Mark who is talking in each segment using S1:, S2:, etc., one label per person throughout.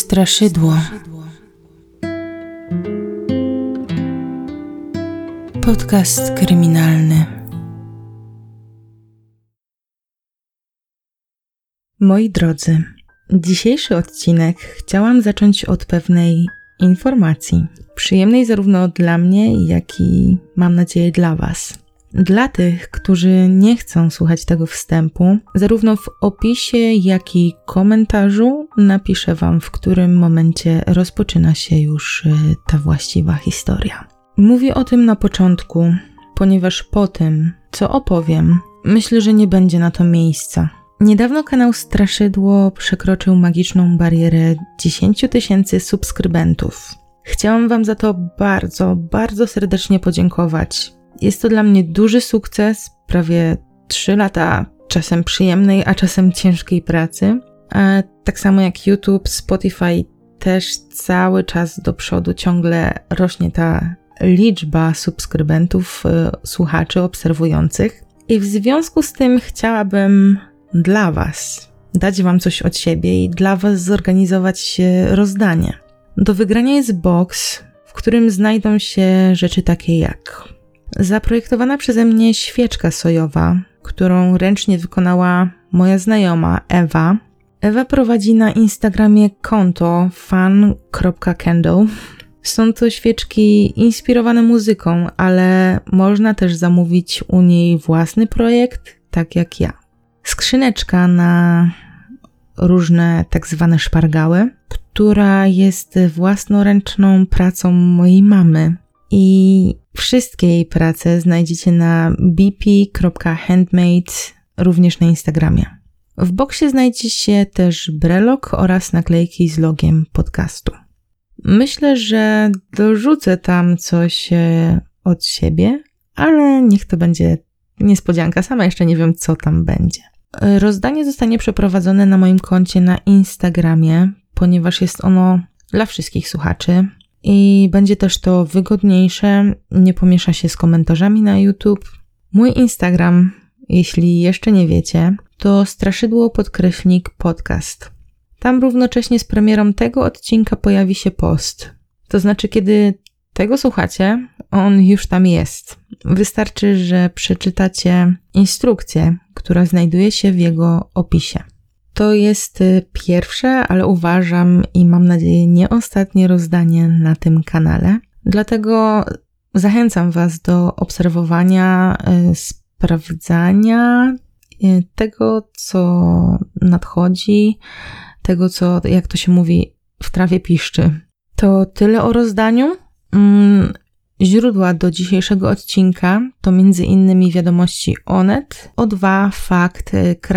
S1: Straszydło. Podcast kryminalny. Moi drodzy, dzisiejszy odcinek chciałam zacząć od pewnej informacji. Przyjemnej zarówno dla mnie, jak i mam nadzieję dla Was. Dla tych, którzy nie chcą słuchać tego wstępu, zarówno w opisie, jak i komentarzu napiszę Wam, w którym momencie rozpoczyna się już ta właściwa historia. Mówię o tym na początku, ponieważ po tym, co opowiem, myślę, że nie będzie na to miejsca. Niedawno kanał Straszydło przekroczył magiczną barierę 10 000 subskrybentów. Chciałam Wam za to bardzo serdecznie podziękować. Jest to dla mnie duży sukces, prawie 3 lata czasem przyjemnej, a czasem ciężkiej pracy. A tak samo jak YouTube, Spotify też cały czas do przodu ciągle rośnie ta liczba subskrybentów, słuchaczy, obserwujących. I w związku z tym chciałabym dla Was dać Wam coś od siebie i dla Was zorganizować rozdanie. Do wygrania jest box, w którym znajdą się rzeczy takie jak zaprojektowana przeze mnie świeczka sojowa, którą ręcznie wykonała moja znajoma Ewa. Ewa prowadzi na Instagramie konto fan.candle. Są to świeczki inspirowane muzyką, ale można też zamówić u niej własny projekt, tak jak ja. Skrzyneczka na różne tak zwane szpargały, która jest własnoręczną pracą mojej mamy. I wszystkie jej prace znajdziecie na bp.handmade, również na Instagramie. W boksie znajdzie się też brelok oraz naklejki z logiem podcastu. Myślę, że dorzucę tam coś od siebie, ale niech to będzie niespodzianka. Sama jeszcze nie wiem, co tam będzie. Rozdanie zostanie przeprowadzone na moim koncie na Instagramie, ponieważ jest ono dla wszystkich słuchaczy. I będzie też to wygodniejsze, nie pomiesza się z komentarzami na YouTube. Mój Instagram, jeśli jeszcze nie wiecie, to straszydło_podcast. Tam równocześnie z premierą tego odcinka pojawi się post. To znaczy, kiedy tego słuchacie, on już tam jest. Wystarczy, że przeczytacie instrukcję, która znajduje się w jego opisie. To jest pierwsze, ale uważam i mam nadzieję nie ostatnie rozdanie na tym kanale. Dlatego zachęcam Was do obserwowania, sprawdzania tego, co nadchodzi, tego, co, jak to się mówi, w trawie piszczy. To tyle o rozdaniu. Źródła do dzisiejszego odcinka to m.in. wiadomości Onet, O2, Fakt,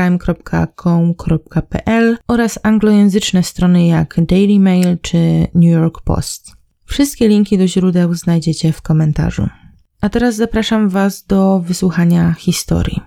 S1: crime.com.pl oraz anglojęzyczne strony jak Daily Mail czy New York Post. Wszystkie linki do źródeł znajdziecie w komentarzu. A teraz zapraszam Was do wysłuchania historii.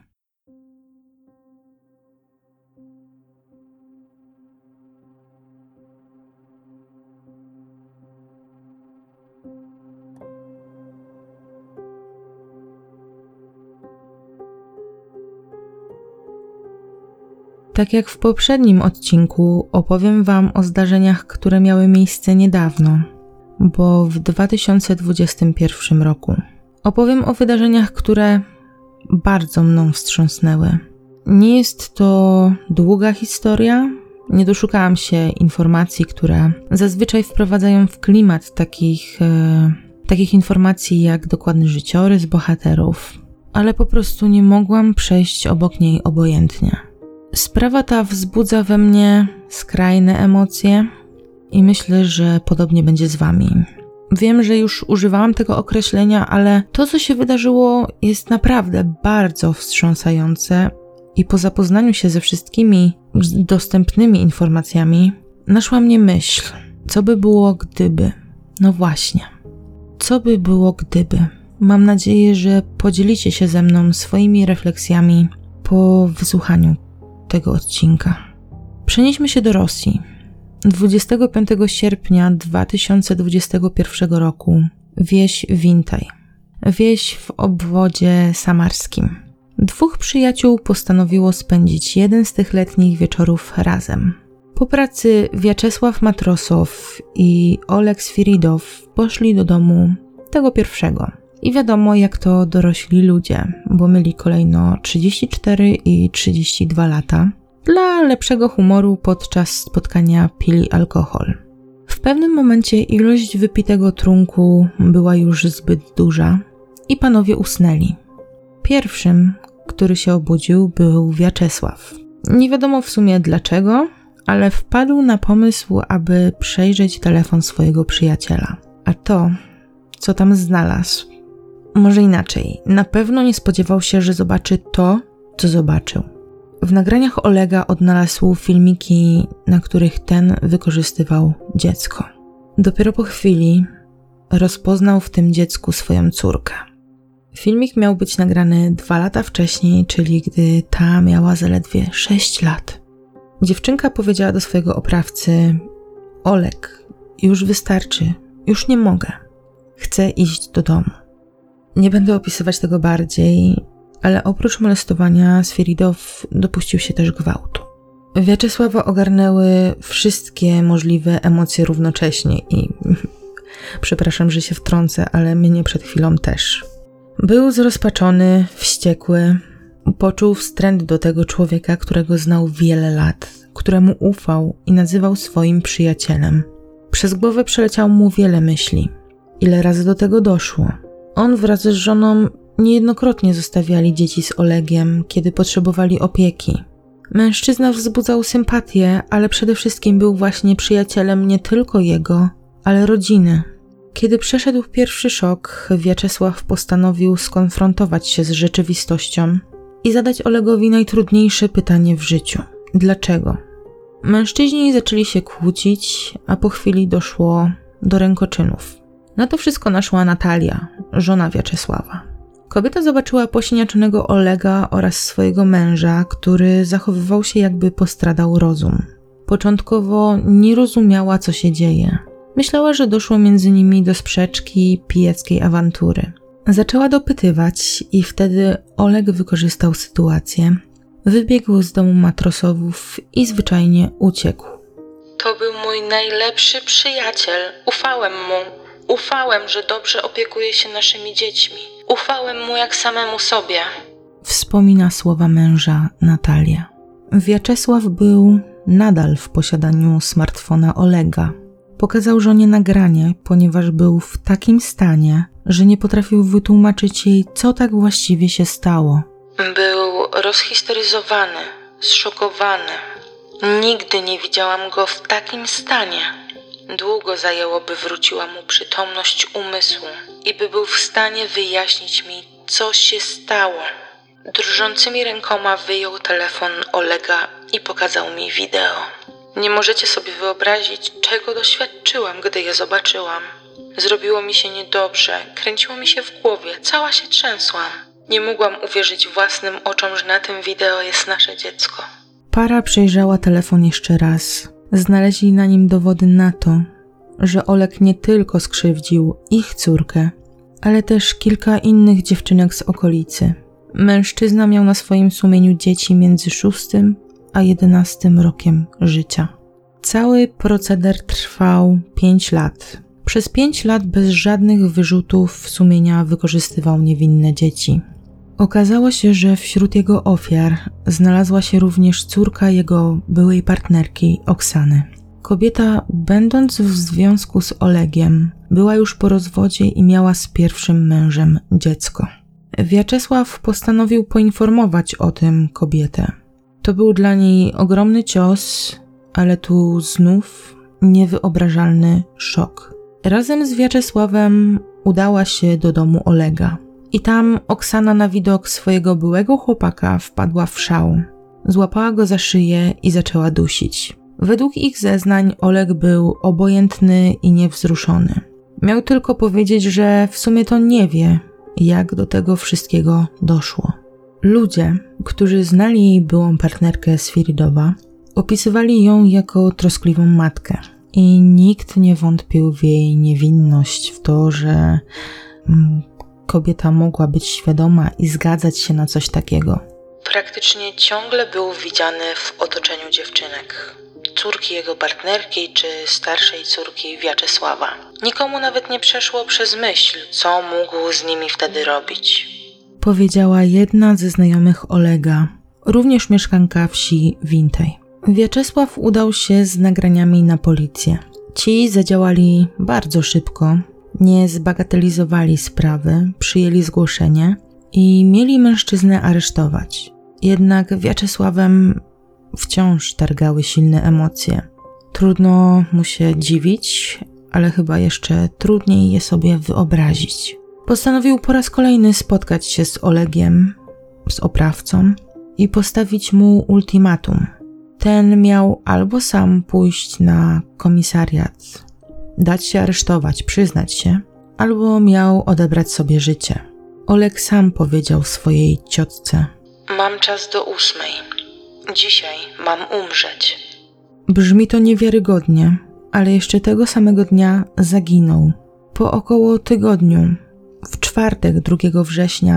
S1: Tak jak w poprzednim odcinku opowiem Wam o zdarzeniach, które miały miejsce niedawno, bo w 2021 roku. Opowiem o wydarzeniach, które bardzo mną wstrząsnęły. Nie jest to długa historia, nie doszukałam się informacji, które zazwyczaj wprowadzają w klimat takich informacji jak dokładny życiorys bohaterów, ale po prostu nie mogłam przejść obok niej obojętnie. Sprawa ta wzbudza we mnie skrajne emocje i myślę, że podobnie będzie z Wami. Wiem, że już używałam tego określenia, ale to, co się wydarzyło, jest naprawdę bardzo wstrząsające i po zapoznaniu się ze wszystkimi dostępnymi informacjami naszła mnie myśl, co by było gdyby? No właśnie, co by było gdyby? Mam nadzieję, że podzielicie się ze mną swoimi refleksjami po wysłuchaniu tego odcinka. Przenieśmy się do Rosji. 25 sierpnia 2021 roku wieś Wintaj. Wieś w obwodzie samarskim. 2 przyjaciół postanowiło spędzić jeden z tych letnich wieczorów razem. Po pracy Wiaczesław Matrosow i Oleg Sfiridow poszli do domu tego pierwszego. I wiadomo, jak to dorośli ludzie, bo mieli kolejno 34 i 32 lata. Dla lepszego humoru podczas spotkania pili alkohol. W pewnym momencie ilość wypitego trunku była już zbyt duża i panowie usnęli. Pierwszym, który się obudził, był Wiaczesław. Nie wiadomo w sumie dlaczego, ale wpadł na pomysł, aby przejrzeć telefon swojego przyjaciela. A to, co tam znalazł, może inaczej, na pewno nie spodziewał się, że zobaczy to, co zobaczył. W nagraniach Olega odnalazł filmiki, na których ten wykorzystywał dziecko. Dopiero po chwili rozpoznał w tym dziecku swoją córkę. Filmik miał być nagrany 2 lata wcześniej, czyli gdy ta miała zaledwie 6 lat. Dziewczynka powiedziała do swojego oprawcy: Oleg, już wystarczy, już nie mogę. Chcę iść do domu. Nie będę opisywać tego bardziej, ale oprócz molestowania Sfiridow dopuścił się też gwałtu. Wiaczesława ogarnęły wszystkie możliwe emocje równocześnie i przepraszam, że się wtrącę, ale mnie przed chwilą też. Był zrozpaczony, wściekły, poczuł wstręt do tego człowieka, którego znał wiele lat, któremu ufał i nazywał swoim przyjacielem. Przez głowę przeleciało mu wiele myśli. Ile razy do tego doszło? On wraz z żoną niejednokrotnie zostawiali dzieci z Olegiem, kiedy potrzebowali opieki. Mężczyzna wzbudzał sympatię, ale przede wszystkim był właśnie przyjacielem nie tylko jego, ale rodziny. Kiedy przeszedł pierwszy szok, Wiaczesław postanowił skonfrontować się z rzeczywistością i zadać Olegowi najtrudniejsze pytanie w życiu. Dlaczego? Mężczyźni zaczęli się kłócić, a po chwili doszło do rękoczynów. Na to wszystko naszła Natalia, żona Wiaczesława. Kobieta zobaczyła posiniaczonego Olega oraz swojego męża, który zachowywał się, jakby postradał rozum. Początkowo nie rozumiała, co się dzieje. Myślała, że doszło między nimi do sprzeczki i pijackiej awantury. Zaczęła dopytywać i wtedy Oleg wykorzystał sytuację. Wybiegł z domu Matrosowów i zwyczajnie uciekł.
S2: To był mój najlepszy przyjaciel. Ufałem mu. Ufałem, że dobrze opiekuje się naszymi dziećmi. Ufałem mu jak samemu sobie.
S1: Wspomina słowa męża Natalia. Wiaczesław był nadal w posiadaniu smartfona Olega. Pokazał żonie nagranie, ponieważ był w takim stanie, że nie potrafił wytłumaczyć jej, co tak właściwie się stało.
S2: Był rozhistoryzowany, zszokowany. Nigdy nie widziałam go w takim stanie. Długo zajęło, by wróciła mu przytomność umysłu i by był w stanie wyjaśnić mi, co się stało. Drżącymi rękoma wyjął telefon Olega i pokazał mi wideo. Nie możecie sobie wyobrazić, czego doświadczyłam, gdy je zobaczyłam. Zrobiło mi się niedobrze, kręciło mi się w głowie, cała się trzęsłam. Nie mogłam uwierzyć własnym oczom, że na tym wideo jest nasze dziecko.
S1: Para przejrzała telefon jeszcze raz. Znaleźli na nim dowody na to, że Oleg nie tylko skrzywdził ich córkę, ale też kilka innych dziewczynek z okolicy. Mężczyzna miał na swoim sumieniu dzieci między 6 a 11 rokiem życia. Cały proceder trwał 5 lat. Przez 5 lat bez żadnych wyrzutów sumienia wykorzystywał niewinne dzieci. Okazało się, że wśród jego ofiar znalazła się również córka jego byłej partnerki Oksany. Kobieta, będąc w związku z Olegiem, była już po rozwodzie i miała z pierwszym mężem dziecko. Wiaczesław postanowił poinformować o tym kobietę. To był dla niej ogromny cios, ale tu znów niewyobrażalny szok. Razem z Wiaczesławem udała się do domu Olega. I tam Oksana na widok swojego byłego chłopaka wpadła w szał. Złapała go za szyję i zaczęła dusić. Według ich zeznań Oleg był obojętny i niewzruszony. Miał tylko powiedzieć, że w sumie to nie wie, jak do tego wszystkiego doszło. Ludzie, którzy znali jej byłą partnerkę Sfiridowa, opisywali ją jako troskliwą matkę. I nikt nie wątpił w jej niewinność, w to, że kobieta mogła być świadoma i zgadzać się na coś takiego.
S2: Praktycznie ciągle był widziany w otoczeniu dziewczynek. córki jego partnerki czy starszej córki Wiaczesława. Nikomu nawet nie przeszło przez myśl, co mógł z nimi wtedy robić.
S1: Powiedziała jedna ze znajomych Olega, również mieszkanka wsi Wintej. Wiaczesław udał się z nagraniami na policję. Ci zadziałali bardzo szybko, nie zbagatelizowali sprawy, przyjęli zgłoszenie i mieli mężczyznę aresztować. Jednak Wiaczesławem wciąż targały silne emocje. Trudno mu się dziwić, ale chyba jeszcze trudniej je sobie wyobrazić. Postanowił po raz kolejny spotkać się z Olegiem, z oprawcą i postawić mu ultimatum. Ten miał albo sam pójść na komisariat, dać się aresztować, przyznać się, albo miał odebrać sobie życie. Oleg sam powiedział swojej ciotce:
S2: Mam czas do 8. Dzisiaj mam umrzeć.
S1: Brzmi to niewiarygodnie, ale jeszcze tego samego dnia zaginął. Po około tygodniu, w czwartek 2 września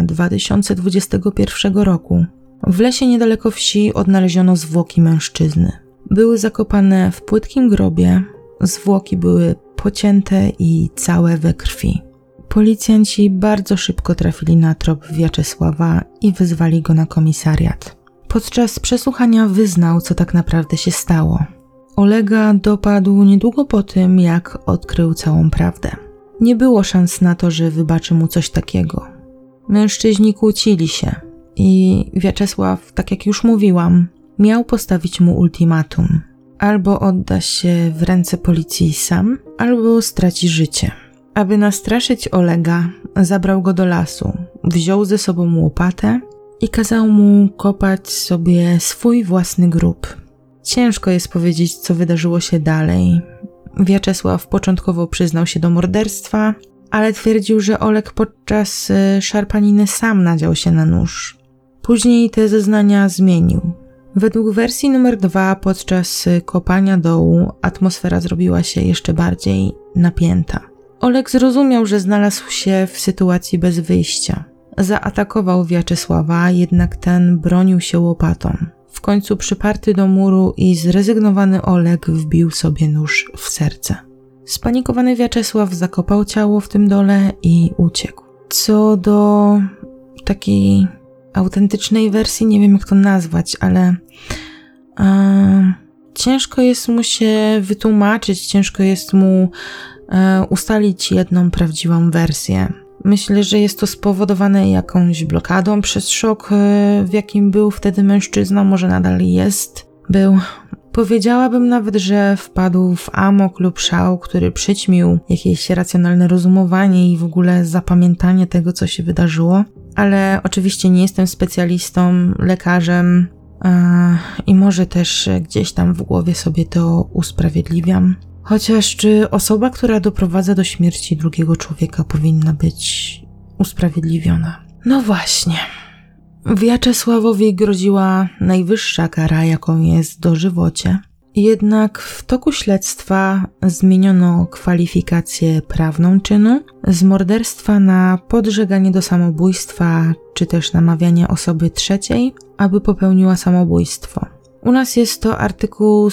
S1: 2021 roku, w lesie niedaleko wsi odnaleziono zwłoki mężczyzny. Były zakopane w płytkim grobie, zwłoki były pocięte i całe we krwi. Policjanci bardzo szybko trafili na trop Wiaczesława i wezwali go na komisariat. Podczas przesłuchania wyznał, co tak naprawdę się stało. Olega dopadł niedługo po tym, jak odkrył całą prawdę. Nie było szans na to, że wybaczy mu coś takiego. Mężczyźni kłócili się i Wiaczesław, tak jak już mówiłam, miał postawić mu ultimatum. Albo odda się w ręce policji sam, albo straci życie. Aby nastraszyć Olega, zabrał go do lasu, wziął ze sobą łopatę i kazał mu kopać sobie swój własny grób. Ciężko jest powiedzieć, co wydarzyło się dalej. Wiaczesław początkowo przyznał się do morderstwa, ale twierdził, że Oleg podczas szarpaniny sam nadział się na nóż. Później te zeznania zmienił. Według wersji numer 2 podczas kopania dołu atmosfera zrobiła się jeszcze bardziej napięta. Oleg zrozumiał, że znalazł się w sytuacji bez wyjścia. Zaatakował Wiaczesława, jednak ten bronił się łopatą. W końcu przyparty do muru i zrezygnowany Oleg wbił sobie nóż w serce. Spanikowany Wiaczesław zakopał ciało w tym dole i uciekł. Co do takiej autentycznej wersji, nie wiem jak to nazwać, ale ciężko jest mu się wytłumaczyć, ciężko jest mu ustalić jedną prawdziwą wersję. Myślę, że jest to spowodowane jakąś blokadą przez szok, w jakim był wtedy mężczyzna, może nadal był. Powiedziałabym nawet, że wpadł w amok lub szał, który przyćmił jakieś racjonalne rozumowanie i w ogóle zapamiętanie tego, co się wydarzyło. Ale oczywiście nie jestem specjalistą, lekarzem i może też gdzieś tam w głowie sobie to usprawiedliwiam. Chociaż czy osoba, która doprowadza do śmierci drugiego człowieka, powinna być usprawiedliwiona? No właśnie. Wiaczesławowi groziła najwyższa kara, jaką jest dożywocie. Jednak w toku śledztwa zmieniono kwalifikację prawną czynu z morderstwa na podżeganie do samobójstwa, czy też namawianie osoby trzeciej, aby popełniła samobójstwo. U nas jest to artykuł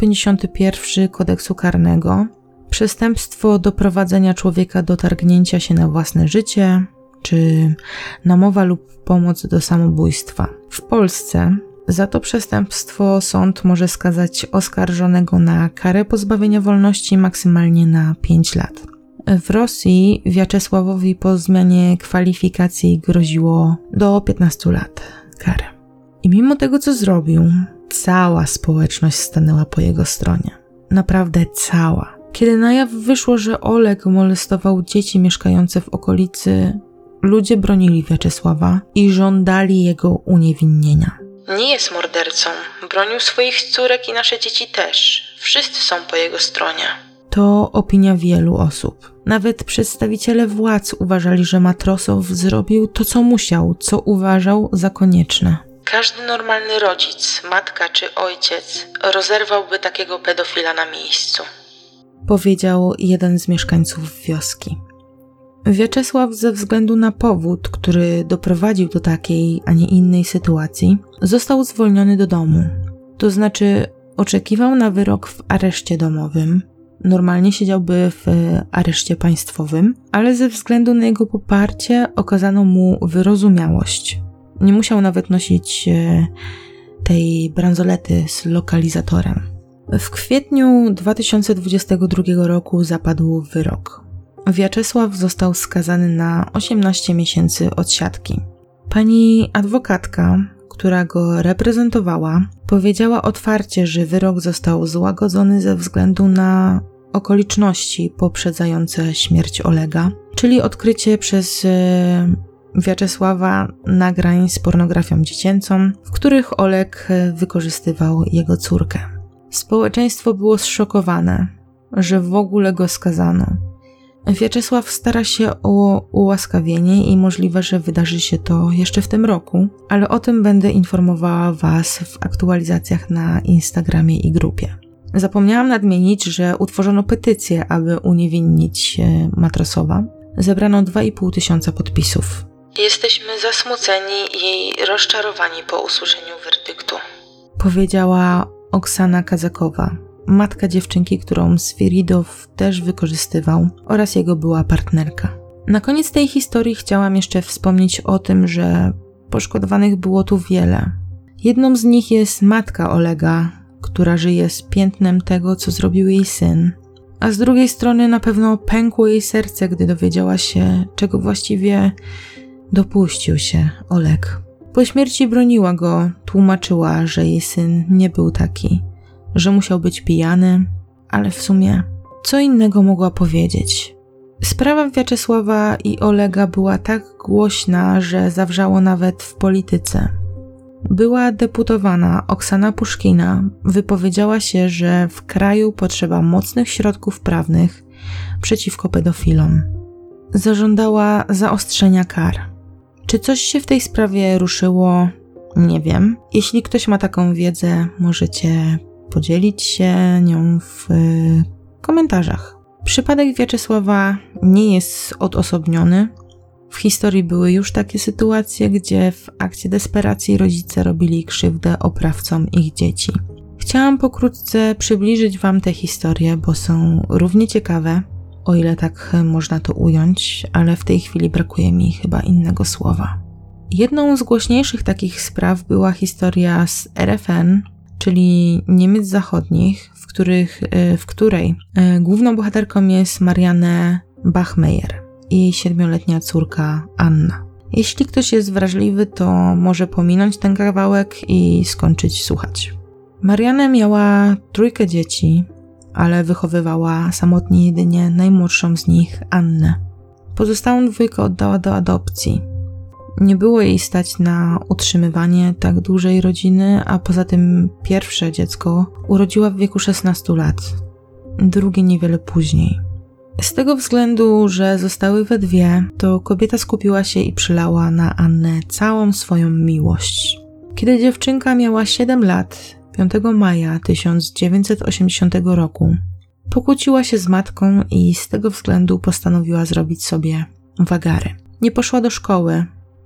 S1: 151 Kodeksu Karnego. Przestępstwo doprowadzenia człowieka do targnięcia się na własne życie, czy namowa lub pomoc do samobójstwa. W Polsce za to przestępstwo sąd może skazać oskarżonego na karę pozbawienia wolności maksymalnie na 5 lat. W Rosji Wiaczesławowi po zmianie kwalifikacji groziło do 15 lat kary. I mimo tego, co zrobił, cała społeczność stanęła po jego stronie. Naprawdę cała. Kiedy na jaw wyszło, że Oleg molestował dzieci mieszkające w okolicy, ludzie bronili Wiaczesława i żądali jego uniewinnienia.
S2: Nie jest mordercą. Bronił swoich córek i nasze dzieci też. Wszyscy są po jego stronie.
S1: To opinia wielu osób. Nawet przedstawiciele władz uważali, że Matrosow zrobił to, co musiał, co uważał za konieczne.
S2: Każdy normalny rodzic, matka czy ojciec rozerwałby takiego pedofila na miejscu.
S1: Powiedział jeden z mieszkańców wioski. Wiaczesław ze względu na powód, który doprowadził do takiej, a nie innej sytuacji, został zwolniony do domu. To znaczy Oczekiwał na wyrok w areszcie domowym. Normalnie siedziałby w areszcie państwowym, ale ze względu na jego poparcie okazano mu wyrozumiałość. Nie musiał nawet nosić tej bransolety z lokalizatorem. W kwietniu 2022 roku zapadł wyrok. Wiaczesław został skazany na 18 miesięcy odsiadki. Pani adwokatka, która go reprezentowała, powiedziała otwarcie, że wyrok został złagodzony ze względu na okoliczności poprzedzające śmierć Olega, czyli odkrycie przez Wiaczesława nagrań z pornografią dziecięcą, w których Oleg wykorzystywał jego córkę. Społeczeństwo było zszokowane, że w ogóle go skazano. Wiaczesław stara się o ułaskawienie i możliwe, że wydarzy się to jeszcze w tym roku, ale o tym będę informowała Was w aktualizacjach na Instagramie i grupie. Zapomniałam nadmienić, że utworzono petycję, aby uniewinnić Matrasowa. Zebrano 2500 podpisów.
S2: Jesteśmy zasmuceni i rozczarowani po usłyszeniu werdyktu,
S1: powiedziała Oksana Kazakowa, matka dziewczynki, którą Swirydow też wykorzystywał, oraz jego była partnerka. Na koniec tej historii chciałam jeszcze wspomnieć o tym, że poszkodowanych było tu wiele. Jedną z nich jest matka Olega, która żyje z piętnem tego, co zrobił jej syn. A z drugiej strony na pewno pękło jej serce, gdy dowiedziała się, czego właściwie dopuścił się Oleg. Po śmierci broniła go, tłumaczyła, że jej syn nie był taki, że musiał być pijany, ale w sumie co innego mogła powiedzieć. Sprawa Wiaczesława i Olega była tak głośna, że zawrzało nawet w polityce. Była deputowana Oksana Puszkina wypowiedziała się, że w kraju potrzeba mocnych środków prawnych przeciwko pedofilom. Zażądała zaostrzenia kar. Czy coś się w tej sprawie ruszyło? Nie wiem. Jeśli ktoś ma taką wiedzę, możecie podzielić się nią w komentarzach. Przypadek Wiaczesława nie jest odosobniony. W historii były już takie sytuacje, gdzie w akcie desperacji rodzice robili krzywdę oprawcom ich dzieci. Chciałam pokrótce przybliżyć Wam te historie, bo są równie ciekawe, o ile tak można to ująć, ale w tej chwili brakuje mi chyba innego słowa. Jedną z głośniejszych takich spraw była historia z RFN, czyli Niemiec Zachodnich, w której główną bohaterką jest Marianne Bachmeier i jej 7-letnia córka Anna. Jeśli ktoś jest wrażliwy, to może pominąć ten kawałek i skończyć słuchać. Marianne miała 3 dzieci, ale wychowywała samotnie jedynie najmłodszą z nich, Annę. Pozostałą 2 oddała do adopcji. Nie było jej stać na utrzymywanie tak dużej rodziny, a poza tym pierwsze dziecko urodziła w wieku 16 lat, drugie niewiele później. Z tego względu, że zostały we 2, to kobieta skupiła się i przylała na Annę całą swoją miłość. Kiedy dziewczynka miała 7 lat, 5 maja 1980 roku, pokłóciła się z matką i z tego względu postanowiła zrobić sobie wagary. Nie poszła do szkoły,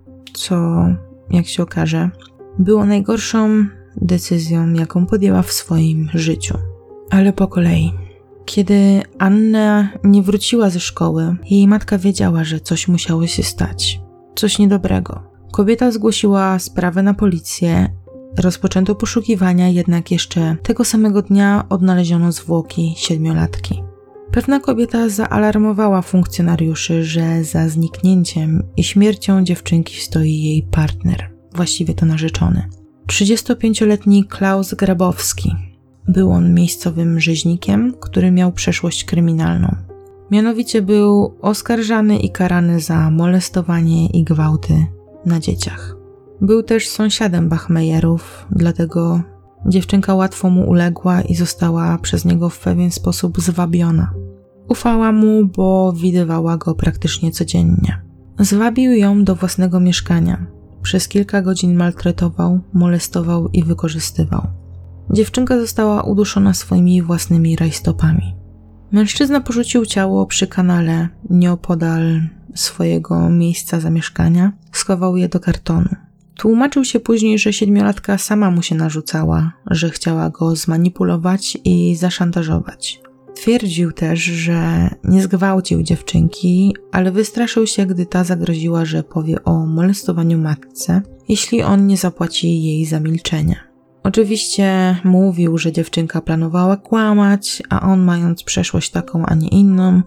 S1: co, jak się okaże, było najgorszą decyzją, jaką podjęła w swoim życiu. Ale po kolei. Kiedy Anna nie wróciła ze szkoły, jej matka wiedziała, że coś musiało się stać. Coś niedobrego. Kobieta zgłosiła sprawę na policję, rozpoczęto poszukiwania, jednak jeszcze tego samego dnia odnaleziono zwłoki 7-latki. Pewna kobieta zaalarmowała funkcjonariuszy, że za zniknięciem i śmiercią dziewczynki stoi jej partner, właściwie to narzeczony. 35-letni Klaus Grabowski. Był on miejscowym rzeźnikiem, który miał przeszłość kryminalną. Mianowicie był oskarżany i karany za molestowanie i gwałty na dzieciach. Był też sąsiadem Bachmeierów, dlatego dziewczynka łatwo mu uległa i została przez niego w pewien sposób zwabiona. Ufała mu, bo widywała go praktycznie codziennie. Zwabił ją do własnego mieszkania. Przez kilka godzin maltretował, molestował i wykorzystywał. Dziewczynka została uduszona swoimi własnymi rajstopami. Mężczyzna porzucił ciało przy kanale nieopodal swojego miejsca zamieszkania, schował je do kartonu. Tłumaczył się później, że 7-latka sama mu się narzucała, że chciała go zmanipulować i zaszantażować. Twierdził też, że nie zgwałcił dziewczynki, ale wystraszył się, gdy ta zagroziła, że powie o molestowaniu matce, jeśli on nie zapłaci jej za milczenie. Oczywiście mówił, że dziewczynka planowała kłamać, a on, mając przeszłość taką, a nie inną,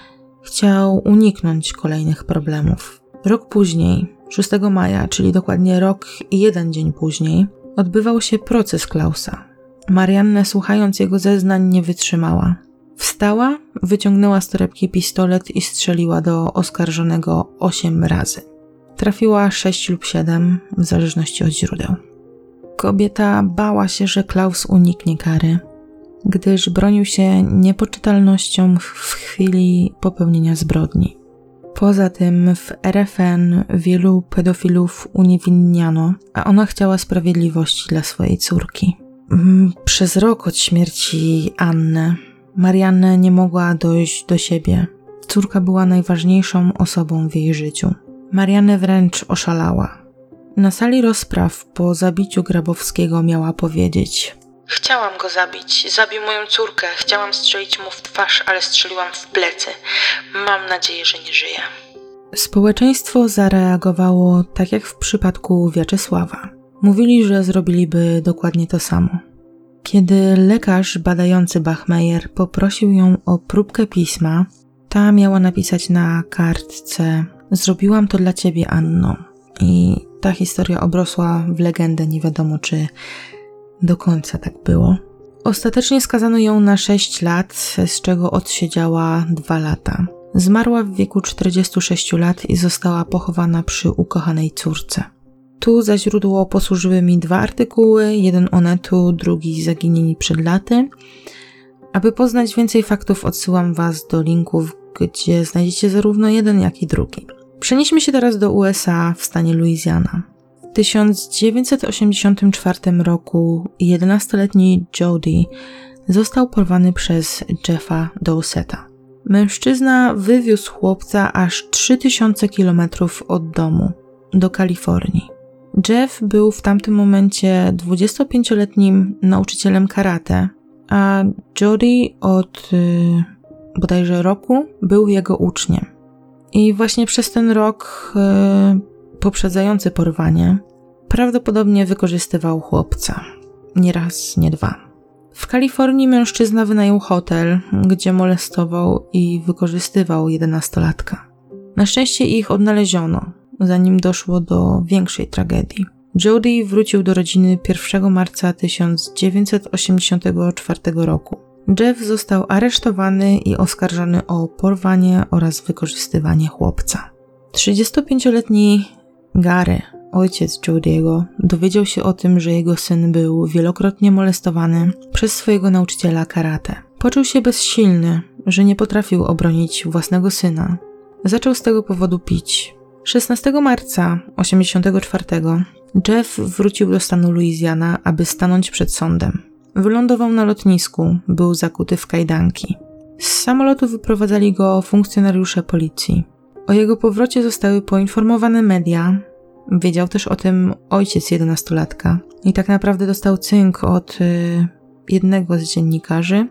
S1: chciał uniknąć kolejnych problemów. Rok później, 6 maja, czyli dokładnie rok i 1 dzień później, odbywał się proces Klausa. Marianne, słuchając jego zeznań, nie wytrzymała. Wstała, wyciągnęła z torebki pistolet i strzeliła do oskarżonego 8 razy. Trafiła 6 lub 7, w zależności od źródeł. Kobieta bała się, że Klaus uniknie kary, gdyż bronił się niepoczytalnością w chwili popełnienia zbrodni. Poza tym w RFN wielu pedofilów uniewinniano, a ona chciała sprawiedliwości dla swojej córki. Przez rok od śmierci Anny Marianne nie mogła dojść do siebie. Córka była najważniejszą osobą w jej życiu. Marianne wręcz oszalała. Na sali rozpraw po zabiciu Grabowskiego miała powiedzieć:
S2: Chciałam go zabić. Zabił moją córkę. Chciałam strzelić mu w twarz, ale strzeliłam w plecy. Mam nadzieję, że nie żyje.
S1: Społeczeństwo zareagowało tak jak w przypadku Wiaczesława. Mówili, że zrobiliby dokładnie to samo. Kiedy lekarz badający Bachmeier poprosił ją o próbkę pisma, ta miała napisać na kartce: Zrobiłam to dla ciebie, Anno. I ta historia obrosła w legendę, nie wiadomo czy do końca tak było. Ostatecznie skazano ją na 6 lat, z czego odsiedziała 2 lata. Zmarła w wieku 46 lat i została pochowana przy ukochanej córce. Tu za źródło posłużyły mi 2 artykuły, jeden o netu, drugi Zaginieni przed laty. Aby poznać więcej faktów, odsyłam Was do linków, gdzie znajdziecie zarówno jeden, jak i drugi. Przenieśmy się teraz do USA w stanie Louisiana. W 1984 roku 11-letni Jody został porwany przez Jeffa Doucetta. Mężczyzna wywiózł chłopca aż 3000 km od domu, do Kalifornii. Jeff był w tamtym momencie 25-letnim nauczycielem karate, a Jody od bodajże roku był jego uczniem. I właśnie przez ten rok poprzedzający porwanie prawdopodobnie wykorzystywał chłopca. Nie raz, nie 2. W Kalifornii mężczyzna wynajął hotel, gdzie molestował i wykorzystywał 11-latka. Na szczęście ich odnaleziono, zanim doszło do większej tragedii. Jody wrócił do rodziny 1 marca 1984 roku. Jeff został aresztowany i oskarżony o porwanie oraz wykorzystywanie chłopca. 35-letni Gary, ojciec Jody'ego, dowiedział się o tym, że jego syn był wielokrotnie molestowany przez swojego nauczyciela karate. Poczuł się bezsilny, że nie potrafił obronić własnego syna. Zaczął z tego powodu pić. 16 marca 1984 Jeff wrócił do stanu Louisiana, aby stanąć przed sądem. Wylądował na lotnisku, był zakuty w kajdanki. Z samolotu wyprowadzali go funkcjonariusze policji. O jego powrocie zostały poinformowane media. Wiedział też o tym ojciec 11-latka. I tak naprawdę dostał cynk od jednego z dziennikarzy.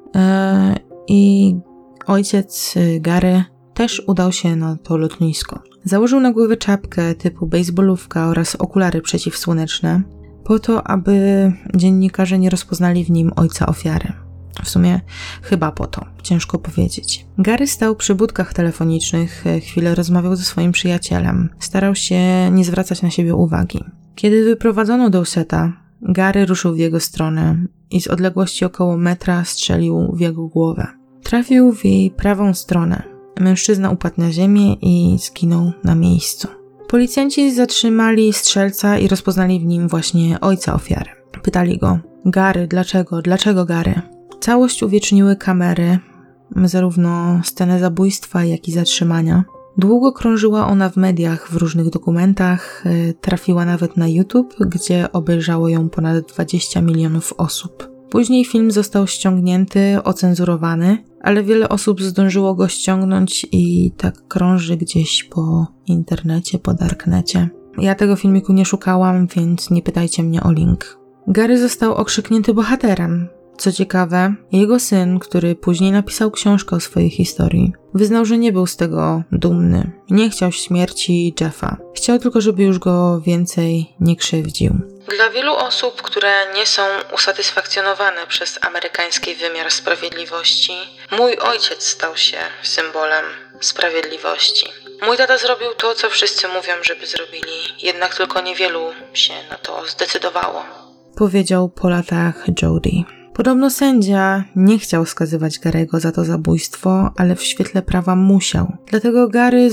S1: I ojciec Gary też udał się na to lotnisko. Założył na głowę czapkę typu bejsbolówka oraz okulary przeciwsłoneczne, po to, aby dziennikarze nie rozpoznali w nim ojca ofiary. W sumie chyba po to, ciężko powiedzieć. Gary stał przy budkach telefonicznych, chwilę rozmawiał ze swoim przyjacielem. Starał się nie zwracać na siebie uwagi. Kiedy wyprowadzono Doucetta, Gary ruszył w jego stronę i z odległości około metra strzelił w jego głowę. Trafił w jej prawą stronę. Mężczyzna upadł na ziemię i zginął na miejscu. Policjanci zatrzymali strzelca i rozpoznali w nim właśnie ojca ofiary. Pytali go: Gary, dlaczego Gary? Całość uwieczniły kamery, zarówno scenę zabójstwa, jak i zatrzymania. Długo krążyła ona w mediach, w różnych dokumentach, trafiła nawet na YouTube, gdzie obejrzało ją ponad 20 milionów osób. Później film został ściągnięty, ocenzurowany, ale wiele osób zdążyło go ściągnąć i tak krąży gdzieś po internecie, po darknecie. Ja tego filmiku nie szukałam, więc nie pytajcie mnie o link. Gary został okrzyknięty bohaterem. Co ciekawe, jego syn, który później napisał książkę o swojej historii, wyznał, że nie był z tego dumny. Nie chciał śmierci Jeffa. Chciał tylko, żeby już go więcej nie krzywdził. Dla wielu osób, które nie są usatysfakcjonowane przez amerykański wymiar sprawiedliwości, mój ojciec stał się symbolem sprawiedliwości. Mój tata zrobił to, co wszyscy mówią, żeby zrobili, jednak tylko niewielu się na to zdecydowało. Powiedział po latach Jody. Podobno sędzia nie chciał skazywać Gary'ego za to zabójstwo, ale w świetle prawa musiał. Dlatego Gary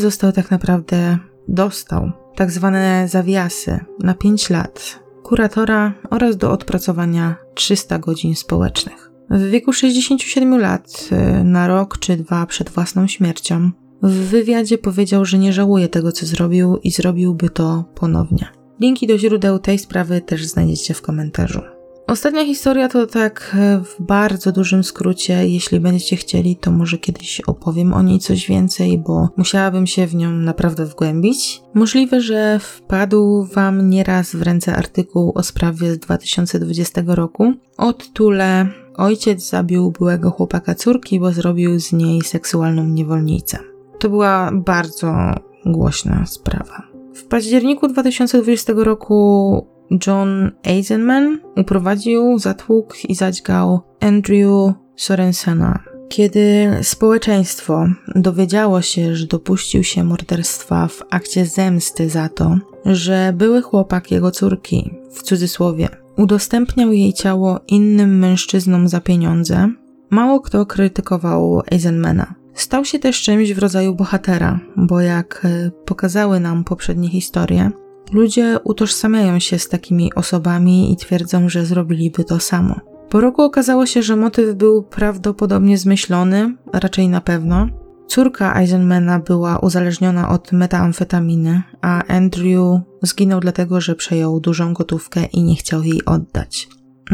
S1: dostał tak zwane zawiasy na 5 lat, kuratora oraz do odpracowania 300 godzin społecznych. W wieku 67 lat, na rok czy 2 przed własną śmiercią, w wywiadzie powiedział, że nie żałuje tego, co zrobił i zrobiłby to ponownie. Linki do źródeł tej sprawy też znajdziecie w komentarzu. Ostatnia historia to tak w bardzo dużym skrócie. Jeśli będziecie chcieli, to może kiedyś opowiem o niej coś więcej, bo musiałabym się w nią naprawdę wgłębić. Możliwe, że wpadł wam nieraz w ręce artykuł o sprawie z 2020 roku o tytule Ojciec zabił byłego chłopaka córki, bo zrobił z niej seksualną niewolnicę. To była bardzo głośna sprawa. W październiku 2020 roku John Eisenman uprowadził, zatłukł i zadźgał Andrew Sorensena. Kiedy społeczeństwo dowiedziało się, że dopuścił się morderstwa w akcie zemsty za to, że były chłopak jego córki, w cudzysłowie, udostępniał jej ciało innym mężczyznom za pieniądze, mało kto krytykował Eisenmana. Stał się też czymś w rodzaju bohatera, bo jak pokazały nam poprzednie historie, ludzie utożsamiają się z takimi osobami i twierdzą, że zrobiliby to samo. Po roku okazało się, że motyw był prawdopodobnie zmyślony, raczej na pewno. Córka Eisenmana była uzależniona od metamfetaminy, a Andrew zginął dlatego, że przejął dużą gotówkę i nie chciał jej oddać.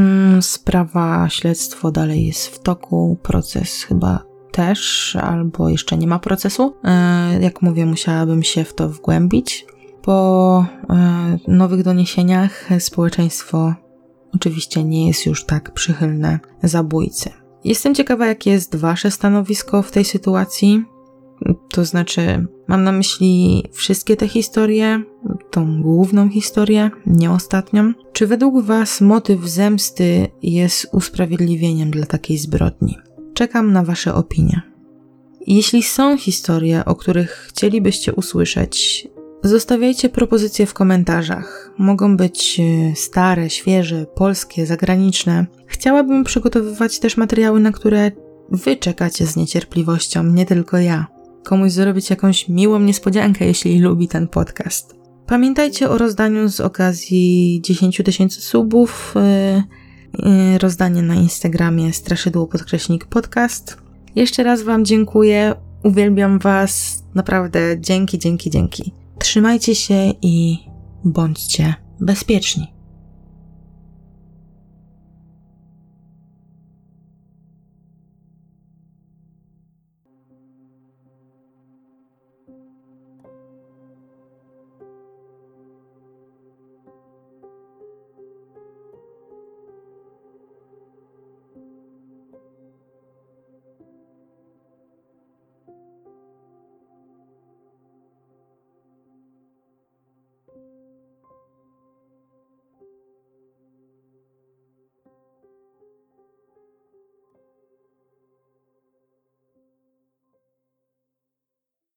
S1: Śledztwo dalej jest w toku, proces chyba też, albo jeszcze nie ma procesu. Jak mówię, musiałabym się w to wgłębić. Po nowych doniesieniach społeczeństwo oczywiście nie jest już tak przychylne zabójcy. Jestem ciekawa, jakie jest wasze stanowisko w tej sytuacji. To znaczy, mam na myśli wszystkie te historie, tą główną historię, nie ostatnią. Czy według was motyw zemsty jest usprawiedliwieniem dla takiej zbrodni? Czekam na wasze opinie. Jeśli są historie, o których chcielibyście usłyszeć, zostawiajcie propozycje w komentarzach. Mogą być stare, świeże, polskie, zagraniczne. Chciałabym przygotowywać też materiały, na które wy czekacie z niecierpliwością, nie tylko ja. Komuś zrobić jakąś miłą niespodziankę, jeśli lubi ten podcast. Pamiętajcie o rozdaniu z okazji 10 000 subów. Rozdanie na Instagramie _podcast. Jeszcze raz wam dziękuję. Uwielbiam was. Naprawdę dzięki. Trzymajcie się i bądźcie bezpieczni.